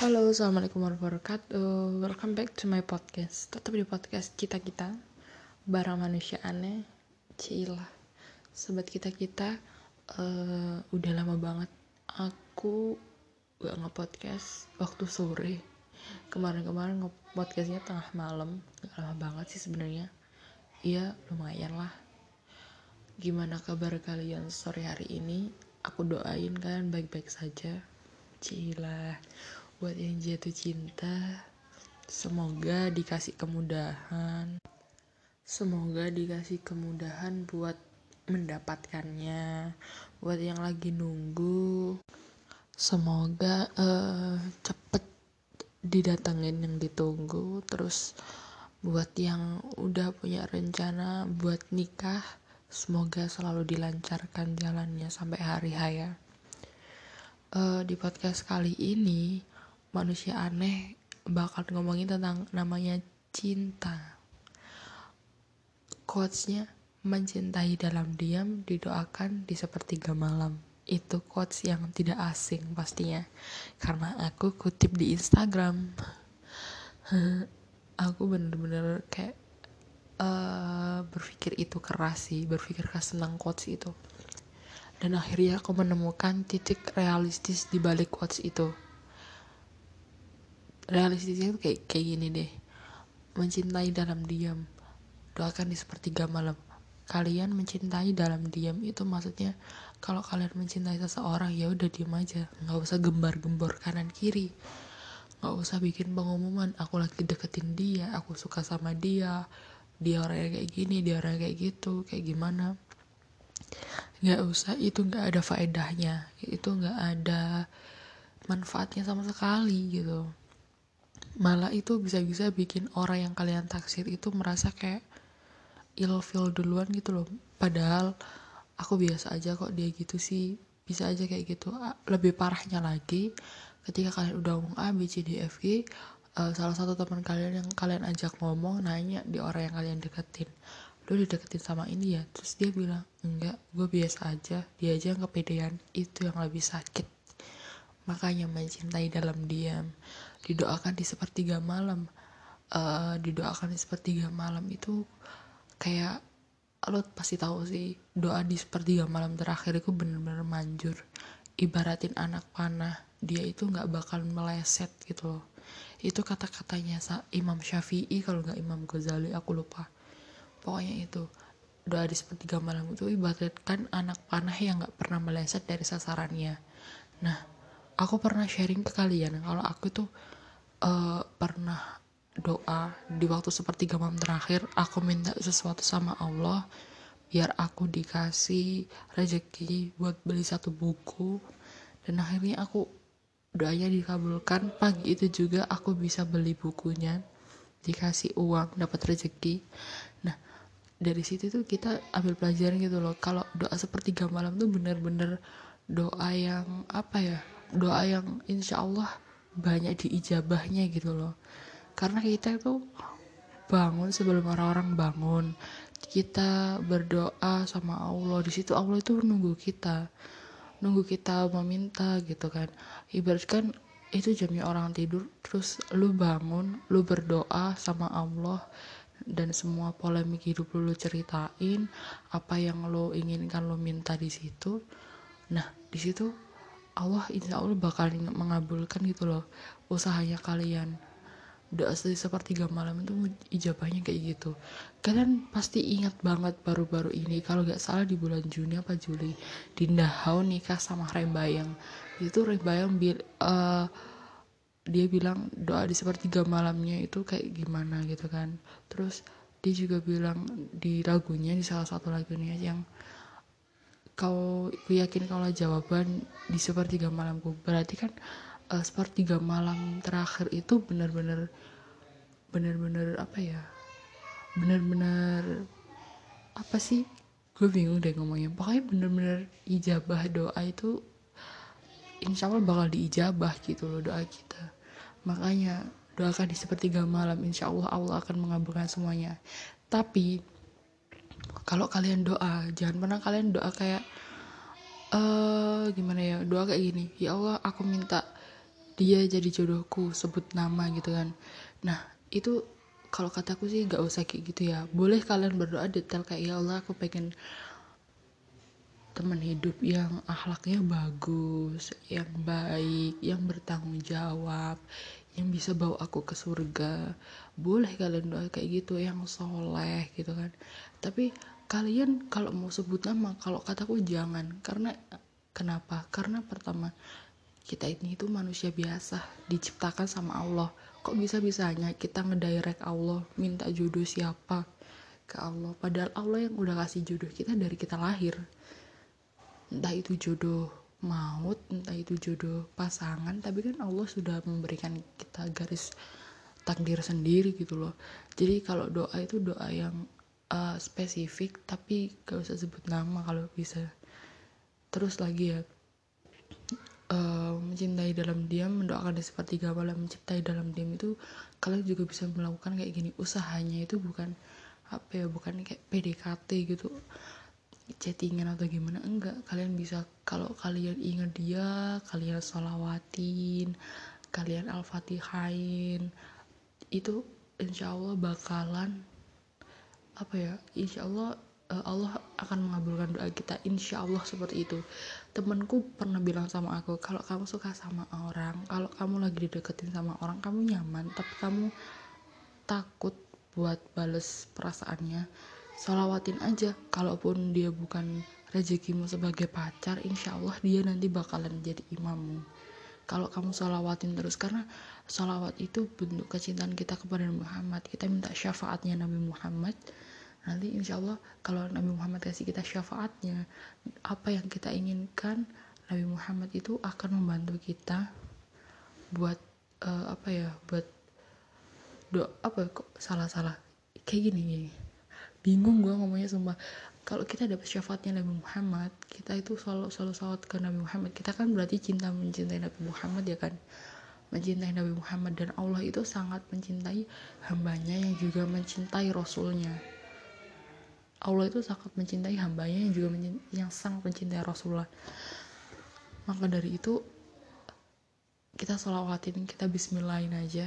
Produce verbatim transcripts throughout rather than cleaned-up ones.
Halo, assalamualaikum warahmatullahi wabarakatuh. Welcome back to my podcast. Tetap di podcast kita-kita barang manusia aneh. Cilah, sobat kita-kita. Uh, udah lama banget aku gak nge-podcast waktu sore. Kemarin-kemarin nge-podcastnya tengah malam. Gak lama banget sih sebenarnya. Iya, lumayan lah. Gimana kabar kalian sore hari ini? Aku doain kalian baik-baik saja. Cilah, buat yang jatuh cinta, semoga dikasih kemudahan. Semoga dikasih kemudahan buat mendapatkannya. Buat yang lagi nunggu, semoga uh, cepet didatengin yang ditunggu. Terus buat yang udah punya rencana buat nikah, semoga selalu dilancarkan jalannya sampai hari raya. Uh, di podcast kali ini manusia aneh bakal ngomongin tentang namanya cinta. Quotes-nya, mencintai dalam diam, didoakan di sepertiga malam. Itu quotes yang tidak asing pastinya, karena aku kutip di Instagram. Aku bener-bener kayak uh, berpikir itu keras sih, berpikir keras tentang quotes itu. Dan akhirnya aku menemukan titik realistis di balik quotes itu. Realistisnya tuh kayak kayak gini deh. Mencintai dalam diam, doakan di sepertiga malam. Kalian mencintai dalam diam itu maksudnya kalau kalian mencintai seseorang ya udah diam aja, nggak usah gembar-gembor kanan kiri, nggak usah bikin pengumuman aku lagi deketin dia, aku suka sama dia, dia orangnya kayak gini, dia orangnya kayak gitu, kayak gimana. Nggak usah, itu nggak ada faedahnya, itu nggak ada manfaatnya sama sekali gitu. Malah itu bisa-bisa bikin orang yang kalian taksir itu merasa kayak ilfeel duluan gitu loh. Padahal aku biasa aja kok dia gitu sih, bisa aja kayak gitu. Lebih parahnya lagi ketika kalian udah ngomong A, B, C, D, F, G, uh, salah satu teman kalian yang kalian ajak ngomong nanya di orang yang kalian deketin, lu dideketin sama ini ya? Terus dia bilang, enggak, gue biasa aja, dia aja yang kepedean. Itu yang lebih sakit. Makanya mencintai dalam diam, didoakan di sepertiga malam. Uh, didoakan di sepertiga malam itu kayak, lo pasti tahu sih, doa di sepertiga malam terakhir itu bener-bener manjur. Ibaratin anak panah, dia itu nggak bakal meleset gitu loh. Itu kata-katanya Imam Syafi'i kalau nggak Imam Ghazali, aku lupa. Pokoknya itu, doa di sepertiga malam itu ibaratkan anak panah yang nggak pernah meleset dari sasarannya. Nah, aku pernah sharing ke kalian kalau aku tuh uh, pernah doa di waktu sepertiga malam terakhir, aku minta sesuatu sama Allah biar aku dikasih rezeki buat beli satu buku, dan akhirnya aku doanya dikabulkan. Pagi itu juga aku bisa beli bukunya, dikasih uang, dapat rezeki. Nah, dari situ tuh kita ambil pelajaran gitu loh, kalau doa sepertiga malam tuh bener-bener doa yang apa ya, doa yang insya Allah banyak diijabahnya gitu loh. Karena kita tuh bangun sebelum orang-orang bangun, kita berdoa sama Allah. Di situ Allah itu nunggu kita, nunggu kita meminta gitu kan. Ibaratkan itu jamnya orang tidur, terus lu bangun, lu berdoa sama Allah, dan semua polemik hidup lu, lu ceritain apa yang lu inginkan, lu minta di situ. Nah, di situ Allah insya Allah bakal mengabulkan gitu loh usahanya kalian. Doa sepertiga malam itu ijabahnya kayak gitu. Kalian pasti ingat banget baru-baru ini, kalau gak salah di bulan Juni apa Juli, Dinda Hao nikah sama Rembayang. Itu Rembayang bil- uh, dia bilang doa di sepertiga malamnya itu kayak gimana gitu kan. Terus dia juga bilang di lagunya, di salah satu lagunya yang kau yakin kalau jawaban di sepertiga malamku, berarti kan uh, sepertiga malam terakhir itu benar-benar benar-benar apa ya, benar-benar apa sih, gue bingung deh ngomongnya. Pokoknya benar-benar ijabah doa itu insya Allah bakal diijabah gitu loh doa kita. Makanya doakan di sepertiga malam, insya Allah Allah akan mengabulkan semuanya. Tapi kalau kalian doa, jangan pernah kalian doa kayak uh, gimana ya, doa kayak gini, ya Allah aku minta dia jadi jodohku, sebut nama gitu kan. Nah itu kalau kataku sih gak usah kayak gitu ya. Boleh kalian berdoa detail kayak, ya Allah aku pengen teman hidup yang akhlaknya bagus, yang baik, yang bertanggung jawab, yang bisa bawa aku ke surga. Boleh kalian doa kayak gitu, yang soleh gitu kan. Tapi kalian kalau mau sebut nama, kalau kataku jangan. Karena kenapa? Karena pertama, kita ini itu manusia biasa, diciptakan sama Allah. Kok bisa-bisanya kita ngedirect Allah minta jodoh siapa ke Allah, padahal Allah yang udah kasih jodoh kita dari kita lahir. Entah itu jodoh maut, entah itu jodoh pasangan, tapi kan Allah sudah memberikan kita garis takdir sendiri gitu loh. Jadi kalau doa itu doa yang uh, spesifik, tapi gak usah sebut nama kalau bisa. Terus lagi ya, uh, mencintai dalam diam, mendoakan di sepertiga malam. Mencintai dalam diam itu kalian juga bisa melakukan kayak gini. Usahanya itu bukan apa ya, bukan kayak P D K T gitu, chattingan atau gimana, enggak. Kalian bisa, kalau kalian ingat dia, kalian sholawatin, kalian al-fatihain, itu insya Allah bakalan apa ya, insya Allah uh, Allah akan mengabulkan doa kita, insya Allah seperti itu. Temenku pernah bilang sama aku, kalau kamu suka sama orang, kalau kamu lagi dideketin sama orang, kamu nyaman tapi kamu takut buat bales perasaannya, sholawatin aja. Kalaupun dia bukan rezekimu sebagai pacar, insya Allah dia nanti bakalan jadi imammu kalau kamu sholawatin terus. Karena sholawat itu bentuk kecintaan kita kepada Muhammad. Kita minta syafaatnya Nabi Muhammad, nanti insya Allah kalau Nabi Muhammad kasih kita syafaatnya, apa yang kita inginkan, Nabi Muhammad itu akan membantu kita buat uh, apa ya, buat do apa kok salah-salah kayak gini gini bingung gue ngomongnya sumpah. Kalau kita dapat syafaatnya Nabi Muhammad, kita itu selalu selalu salawat ke Nabi Muhammad, kita kan berarti cinta mencintai Nabi Muhammad ya kan, mencintai Nabi Muhammad. Dan Allah itu sangat mencintai hambanya yang juga mencintai Rasulnya. Allah itu sangat mencintai hambanya yang juga mencintai, yang sangat mencintai Rasulullah. Maka dari itu kita sholawatin, kita bismillahin aja.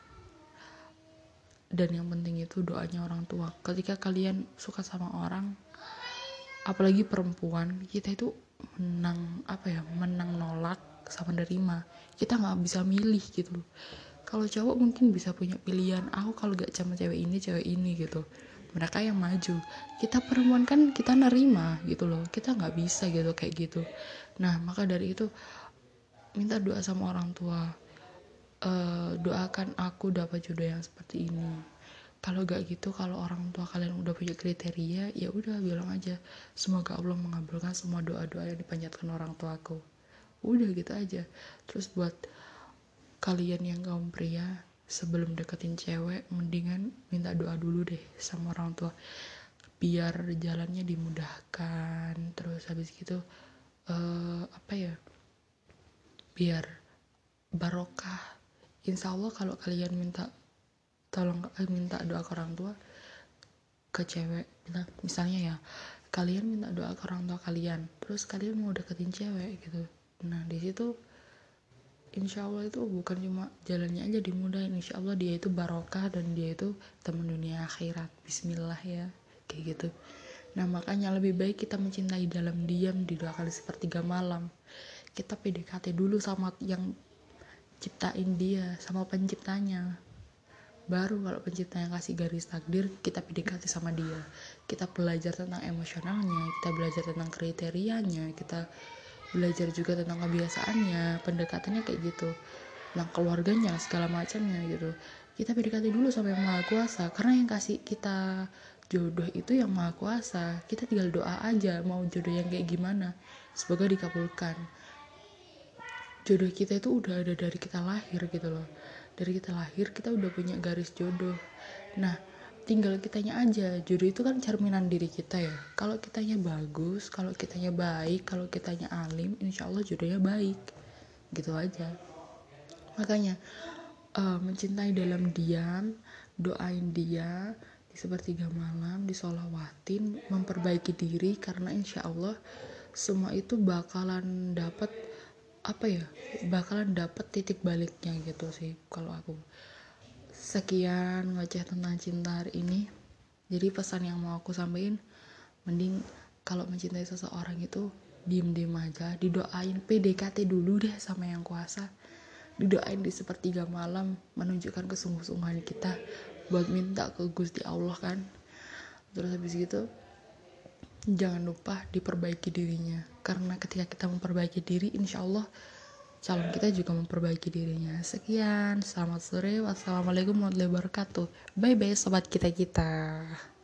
Dan yang penting itu doanya orang tua. Ketika kalian suka sama orang, apalagi perempuan, kita itu menang apa ya, menang nolak sama nerima. Kita nggak bisa milih gitu. Kalau cowok mungkin bisa punya pilihan, aku kalau gak sama cewek ini, cewek ini gitu, mereka yang maju. Kita perempuan kan kita nerima gitu loh, kita nggak bisa gitu kayak gitu. Nah maka dari itu minta doa sama orang tua. Uh, doakan aku dapat jodoh yang seperti ini. Kalau gak gitu, kalau orang tua kalian udah punya kriteria, ya udah bilang aja, semoga Allah mengabulkan semua doa-doa yang dipanjatkan orang tuaku. Udah gitu aja. Terus buat kalian yang kaum pria, sebelum deketin cewek, mendingan minta doa dulu deh sama orang tua, biar jalannya dimudahkan. Terus habis gitu uh, apa ya, biar barokah. Insya Allah kalau kalian minta tolong eh, minta doa ke orang tua, ke cewek, misalnya ya, kalian minta doa ke orang tua kalian, terus kalian mau deketin cewek gitu. Nah di situ insya Allah itu bukan cuma jalannya aja dimudahin, insya Allah dia itu barokah dan dia itu teman dunia akhirat. Bismillah ya, kayak gitu. Nah makanya lebih baik kita mencintai dalam diam di dua kali sepertiga malam. Kita P D K T dulu sama yang ciptain dia, sama penciptanya. Baru kalau penciptanya kasih garis takdir, kita P D K T sama dia. Kita belajar tentang emosionalnya, kita belajar tentang kriterianya, kita belajar juga tentang kebiasaannya, pendekatannya kayak gitu, tentang keluarganya, segala macamnya gitu. Kita P D K T dulu sama yang Maha Kuasa, karena yang kasih kita jodoh itu yang Maha Kuasa. Kita tinggal doa aja mau jodoh yang kayak gimana, semoga dikabulkan. Jodoh kita itu udah ada dari kita lahir gitu loh. Dari kita lahir kita udah punya garis jodoh. Nah tinggal kitanya aja. Jodoh itu kan cerminan diri kita ya. Kalau kitanya bagus, kalau kitanya baik, kalau kitanya alim, insya Allah jodohnya baik. Gitu aja. Makanya uh, mencintai dalam diam, doain dia di sepertiga malam, disolawatin, memperbaiki diri, karena insya Allah semua itu bakalan dapat apa ya, bakalan dapet titik baliknya gitu sih kalau aku. Sekian ngoceh tentang cinta hari ini. Jadi pesan yang mau aku sampaikan, mending kalau mencintai seseorang itu diem-diem aja, didoain, P D K T dulu deh sama yang kuasa, didoain di sepertiga malam, menunjukkan kesungguh-sungguhan kita buat minta ke Gusti Allah kan. Terus habis gitu jangan lupa diperbaiki dirinya, karena ketika kita memperbaiki diri, insya Allah calon kita juga memperbaiki dirinya. Sekian, selamat sore, wassalamualaikum warahmatullahi wabarakatuh. Bye bye sobat kita kita.